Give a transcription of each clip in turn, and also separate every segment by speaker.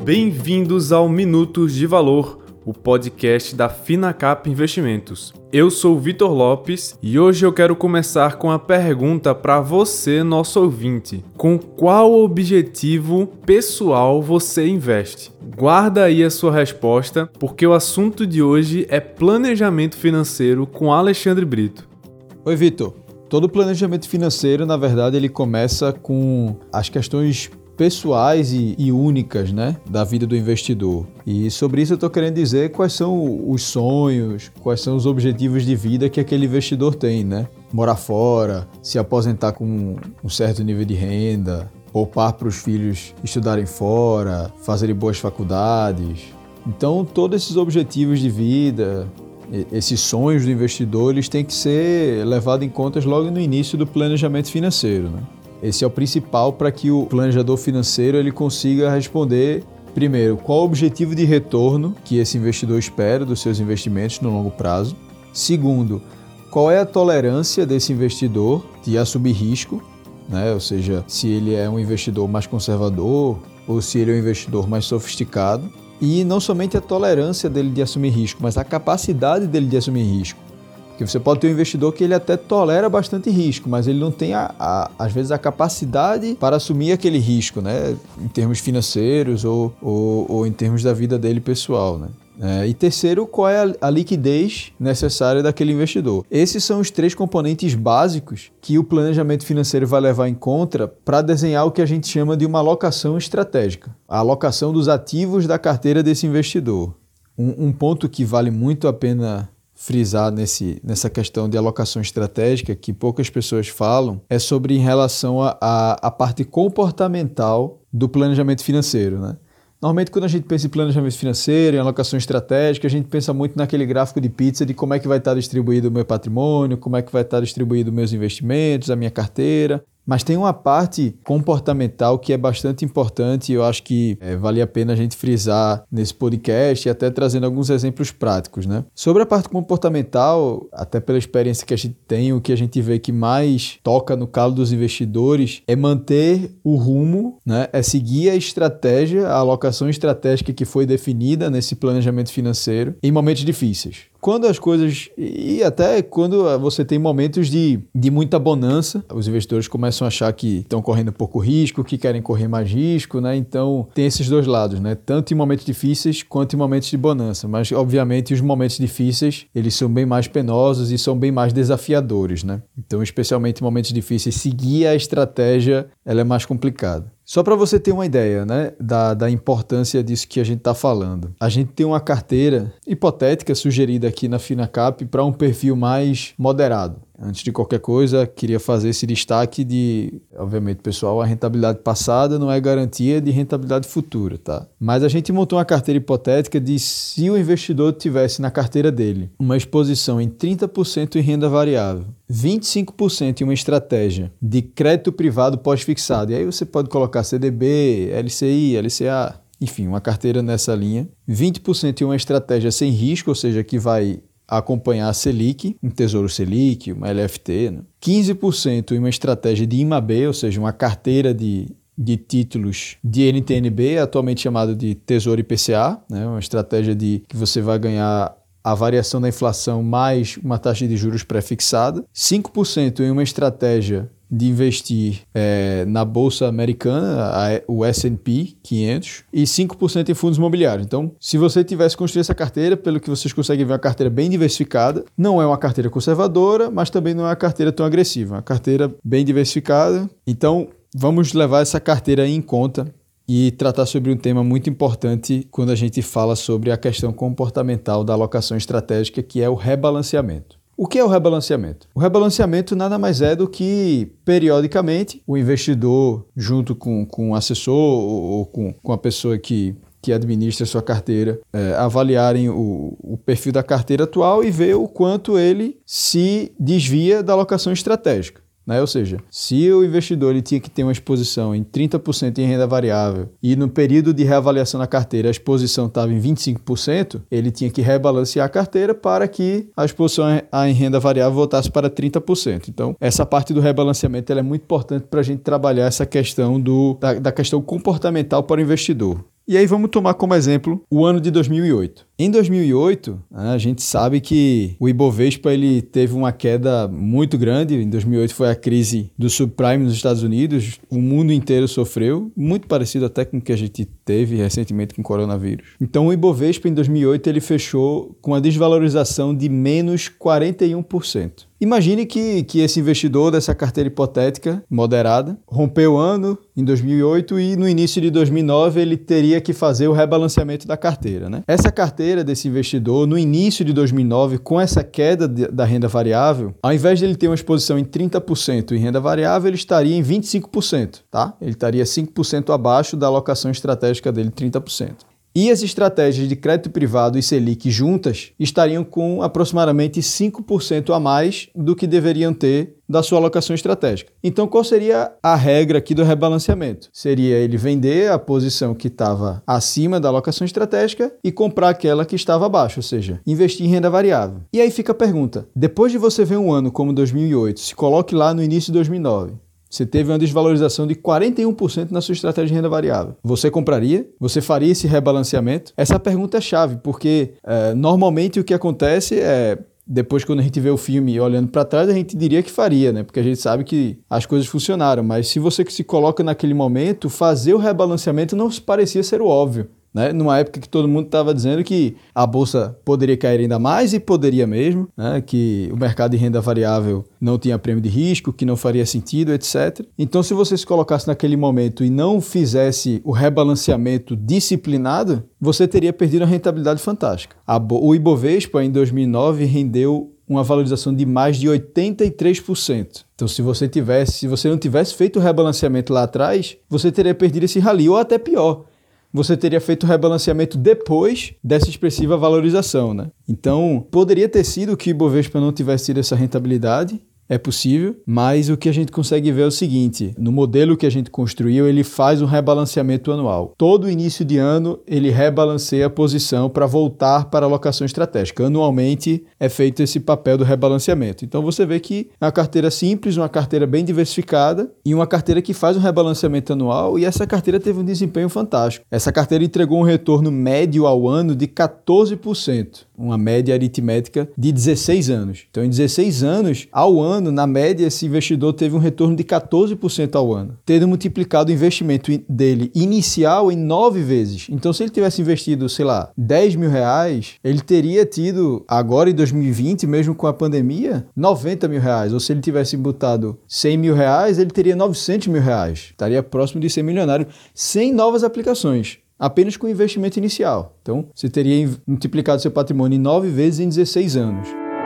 Speaker 1: Bem-vindos ao Minutos de Valor, o podcast da Finacap Investimentos. Eu sou o Vitor Lopes e hoje eu quero começar com a pergunta para você, nosso ouvinte. Com qual objetivo pessoal você investe? Guarda aí a sua resposta, porque o assunto de hoje é planejamento financeiro com Alexandre Brito.
Speaker 2: Oi, Vitor. Todo planejamento financeiro, na verdade, ele começa com as questões pessoais e únicas, né, da vida do investidor. E sobre isso eu estou querendo dizer quais são os sonhos, quais são os objetivos de vida que aquele investidor tem, né? Morar fora, se aposentar com um certo nível de renda, poupar para os filhos estudarem fora, fazerem boas faculdades. Então, todos esses objetivos de vida, esses sonhos do investidor, eles têm que ser levados em conta logo no início do planejamento financeiro, né? Esse é o principal para que o planejador financeiro ele consiga responder, primeiro, qual o objetivo de retorno que esse investidor espera dos seus investimentos no longo prazo. Segundo, qual é a tolerância desse investidor de assumir risco, né? Ou seja, se ele é um investidor mais conservador ou se ele é um investidor mais sofisticado. E não somente a tolerância dele de assumir risco, mas a capacidade dele de assumir risco. Porque você pode ter um investidor que ele até tolera bastante risco, mas ele não tem, às vezes, a capacidade para assumir aquele risco, né? Em termos financeiros ou em termos da vida dele pessoal, né? E terceiro, qual é a liquidez necessária daquele investidor? Esses são os três componentes básicos que o planejamento financeiro vai levar em conta para desenhar o que a gente chama de uma alocação estratégica. A alocação dos ativos da carteira desse investidor. Um ponto que vale muito a pena frisar nessa questão de alocação estratégica, que poucas pessoas falam, é sobre em relação à parte comportamental do planejamento financeiro, né? Normalmente, quando a gente pensa em planejamento financeiro, em alocação estratégica, a gente pensa muito naquele gráfico de pizza de como é que vai estar distribuído o meu patrimônio, como é que vai estar distribuído meus investimentos, a minha carteira. Mas tem uma parte comportamental que é bastante importante e eu acho que vale a pena a gente frisar nesse podcast e até trazendo alguns exemplos práticos, né? Sobre a parte comportamental, até pela experiência que a gente tem, o que a gente vê que mais toca no calo dos investidores é manter o rumo, né? É seguir a estratégia, a alocação estratégica que foi definida nesse planejamento financeiro em momentos difíceis. Quando as coisas, e até quando você tem momentos de muita bonança, os investidores começam a achar que estão correndo pouco risco, que querem correr mais risco, né? Então tem esses dois lados, né? Tanto em momentos difíceis quanto em momentos de bonança. Mas, obviamente, os momentos difíceis, eles são bem mais penosos e são bem mais desafiadores, né? Então, especialmente em momentos difíceis, seguir a estratégia, ela é mais complicada. Só para você ter uma ideia, né, da importância disso que a gente está falando. A gente tem uma carteira hipotética sugerida aqui na Finacap para um perfil mais moderado. Antes de qualquer coisa, queria fazer esse destaque de, obviamente, pessoal, a rentabilidade passada não é garantia de rentabilidade futura, tá? Mas a gente montou uma carteira hipotética de se o investidor tivesse na carteira dele uma exposição em 30% em renda variável, 25% em uma estratégia de crédito privado pós-fixado, e aí você pode colocar CDB, LCI, LCA, enfim, uma carteira nessa linha, 20% em uma estratégia sem risco, ou seja, que vai acompanhar a Selic, um Tesouro Selic, uma LFT, né? 15% em uma estratégia de IMAB, ou seja, uma carteira de títulos de NTNB, atualmente chamado de Tesouro IPCA, né? Uma estratégia que você vai ganhar a variação da inflação mais uma taxa de juros pré-fixada, 5% em uma estratégia de investir na Bolsa Americana, o S&P 500, e 5% em fundos imobiliários. Então, se você tivesse construído essa carteira, pelo que vocês conseguem ver, é uma carteira bem diversificada, não é uma carteira conservadora, mas também não é uma carteira tão agressiva, é uma carteira bem diversificada. Então, vamos levar essa carteira em conta e tratar sobre um tema muito importante quando a gente fala sobre a questão comportamental da alocação estratégica, que é o rebalanceamento. O que é o rebalanceamento? O rebalanceamento nada mais é do que, periodicamente, o investidor, junto com um assessor ou com a pessoa que administra a sua carteira, avaliarem o perfil da carteira atual e ver o quanto ele se desvia da alocação estratégica. Né? Ou seja, se o investidor ele tinha que ter uma exposição em 30% em renda variável e no período de reavaliação da carteira a exposição estava em 25%, ele tinha que rebalancear a carteira para que a exposição em renda variável voltasse para 30%. Então, essa parte do rebalanceamento ela é muito importante para a gente trabalhar essa questão da questão comportamental para o investidor. E aí vamos tomar como exemplo o ano de 2008. Em 2008, a gente sabe que o Ibovespa ele teve uma queda muito grande. Em 2008 foi a crise do subprime nos Estados Unidos. O mundo inteiro sofreu, muito parecido até com o que a gente teve recentemente com o coronavírus. Então o Ibovespa em 2008 ele fechou com a desvalorização de menos 41%. Imagine que esse investidor dessa carteira hipotética moderada rompeu o ano em 2008 e no início de 2009 ele teria que fazer o rebalanceamento da carteira, né? Essa carteira desse investidor, no início de 2009, com essa queda da renda variável, ao invés de ele ter uma exposição em 30% em renda variável, ele estaria em 25%, tá? Ele estaria 5% abaixo da alocação estratégica dele, 30%. E as estratégias de crédito privado e Selic juntas estariam com aproximadamente 5% a mais do que deveriam ter da sua alocação estratégica. Então, qual seria a regra aqui do rebalanceamento? Seria ele vender a posição que estava acima da alocação estratégica e comprar aquela que estava abaixo, ou seja, investir em renda variável. E aí fica a pergunta, depois de você ver um ano como 2008, se coloque lá no início de 2009, você teve uma desvalorização de 41% na sua estratégia de renda variável. Você compraria? Você faria esse rebalanceamento? Essa pergunta é chave, porque normalmente o que acontece é, depois quando a gente vê o filme olhando para trás, a gente diria que faria, né? Porque a gente sabe que as coisas funcionaram. Mas se você se coloca naquele momento, fazer o rebalanceamento não parecia ser o óbvio, né? Numa época que todo mundo estava dizendo que a bolsa poderia cair ainda mais e poderia mesmo, né? Que o mercado de renda variável não tinha prêmio de risco, que não faria sentido, etc. Então, se você se colocasse naquele momento e não fizesse o rebalanceamento disciplinado, você teria perdido uma rentabilidade fantástica. O Ibovespa, em 2009, rendeu uma valorização de mais de 83%. Então, se você não tivesse feito o rebalanceamento lá atrás, você teria perdido esse rally, ou até pior, você teria feito o rebalanceamento depois dessa expressiva valorização, né? Então, poderia ter sido que o Ibovespa não tivesse tido essa rentabilidade, é possível, mas o que a gente consegue ver é o seguinte, no modelo que a gente construiu, ele faz um rebalanceamento anual. Todo início de ano, ele rebalanceia a posição para voltar para a alocação estratégica. Anualmente, é feito esse papel do rebalanceamento. Então, você vê que é uma carteira simples, uma carteira bem diversificada e uma carteira que faz um rebalanceamento anual, e essa carteira teve um desempenho fantástico. Essa carteira entregou um retorno médio ao ano de 14%, uma média aritmética de 16 anos. Então, em 16 anos, ao ano, na média, esse investidor teve um retorno de 14% ao ano, tendo multiplicado o investimento dele inicial em 9 vezes. Então, se ele tivesse investido, sei lá, 10 mil reais, ele teria tido, agora em 2020, mesmo com a pandemia, 90 mil reais. Ou se ele tivesse botado 100 mil reais, ele teria 900 mil reais. Estaria próximo de ser milionário, sem novas aplicações, apenas com o investimento inicial. Então, você teria multiplicado seu patrimônio em 9 vezes em 16 anos.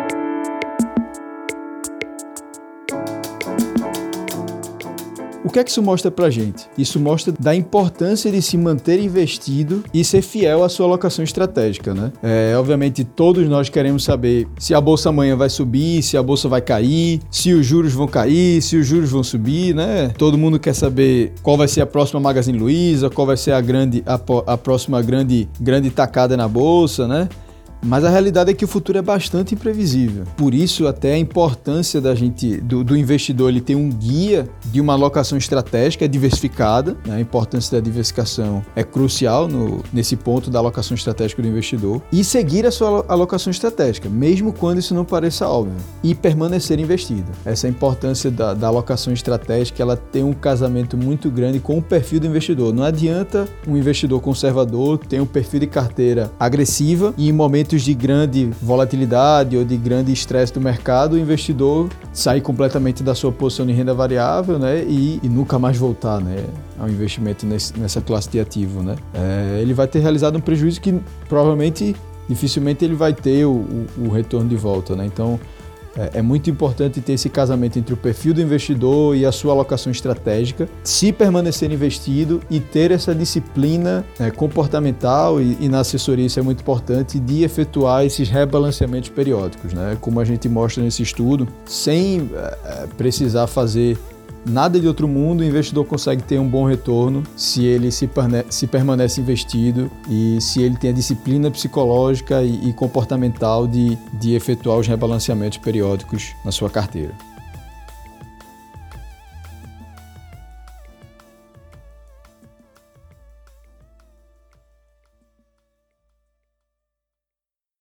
Speaker 2: O que é que isso mostra pra gente? Isso mostra da importância de se manter investido e ser fiel à sua alocação estratégica, né? Obviamente, todos nós queremos saber se a bolsa amanhã vai subir, se a bolsa vai cair, se os juros vão cair, se os juros vão subir, né? Todo mundo quer saber qual vai ser a próxima Magazine Luiza, qual vai ser a próxima grande tacada na bolsa, né? Mas a realidade é que o futuro é bastante imprevisível. Por isso, até a importância do investidor ele ter um guia de uma alocação estratégica diversificada, né? A importância da diversificação é crucial nesse ponto da alocação estratégica do investidor. E seguir a sua alocação estratégica, mesmo quando isso não pareça óbvio. E permanecer investido. Essa é a importância da alocação estratégica, ela tem um casamento muito grande com o perfil do investidor. Não adianta um investidor conservador ter um perfil de carteira agressiva e em momentos de grande volatilidade ou de grande estresse do mercado, o investidor sair completamente da sua posição de renda variável, né, e nunca mais voltar, né, ao investimento nessa classe de ativo, né. Ele vai ter realizado um prejuízo que provavelmente, dificilmente ele vai ter o retorno de volta, né. Então, é muito importante ter esse casamento entre o perfil do investidor e a sua alocação estratégica, se permanecer investido e ter essa disciplina comportamental e na assessoria isso é muito importante, de efetuar esses rebalanceamentos periódicos, né? Como a gente mostra nesse estudo, sem precisar fazer nada de outro mundo, o investidor consegue ter um bom retorno se ele se permanece investido e se ele tem a disciplina psicológica e comportamental de efetuar os rebalanceamentos periódicos na sua carteira.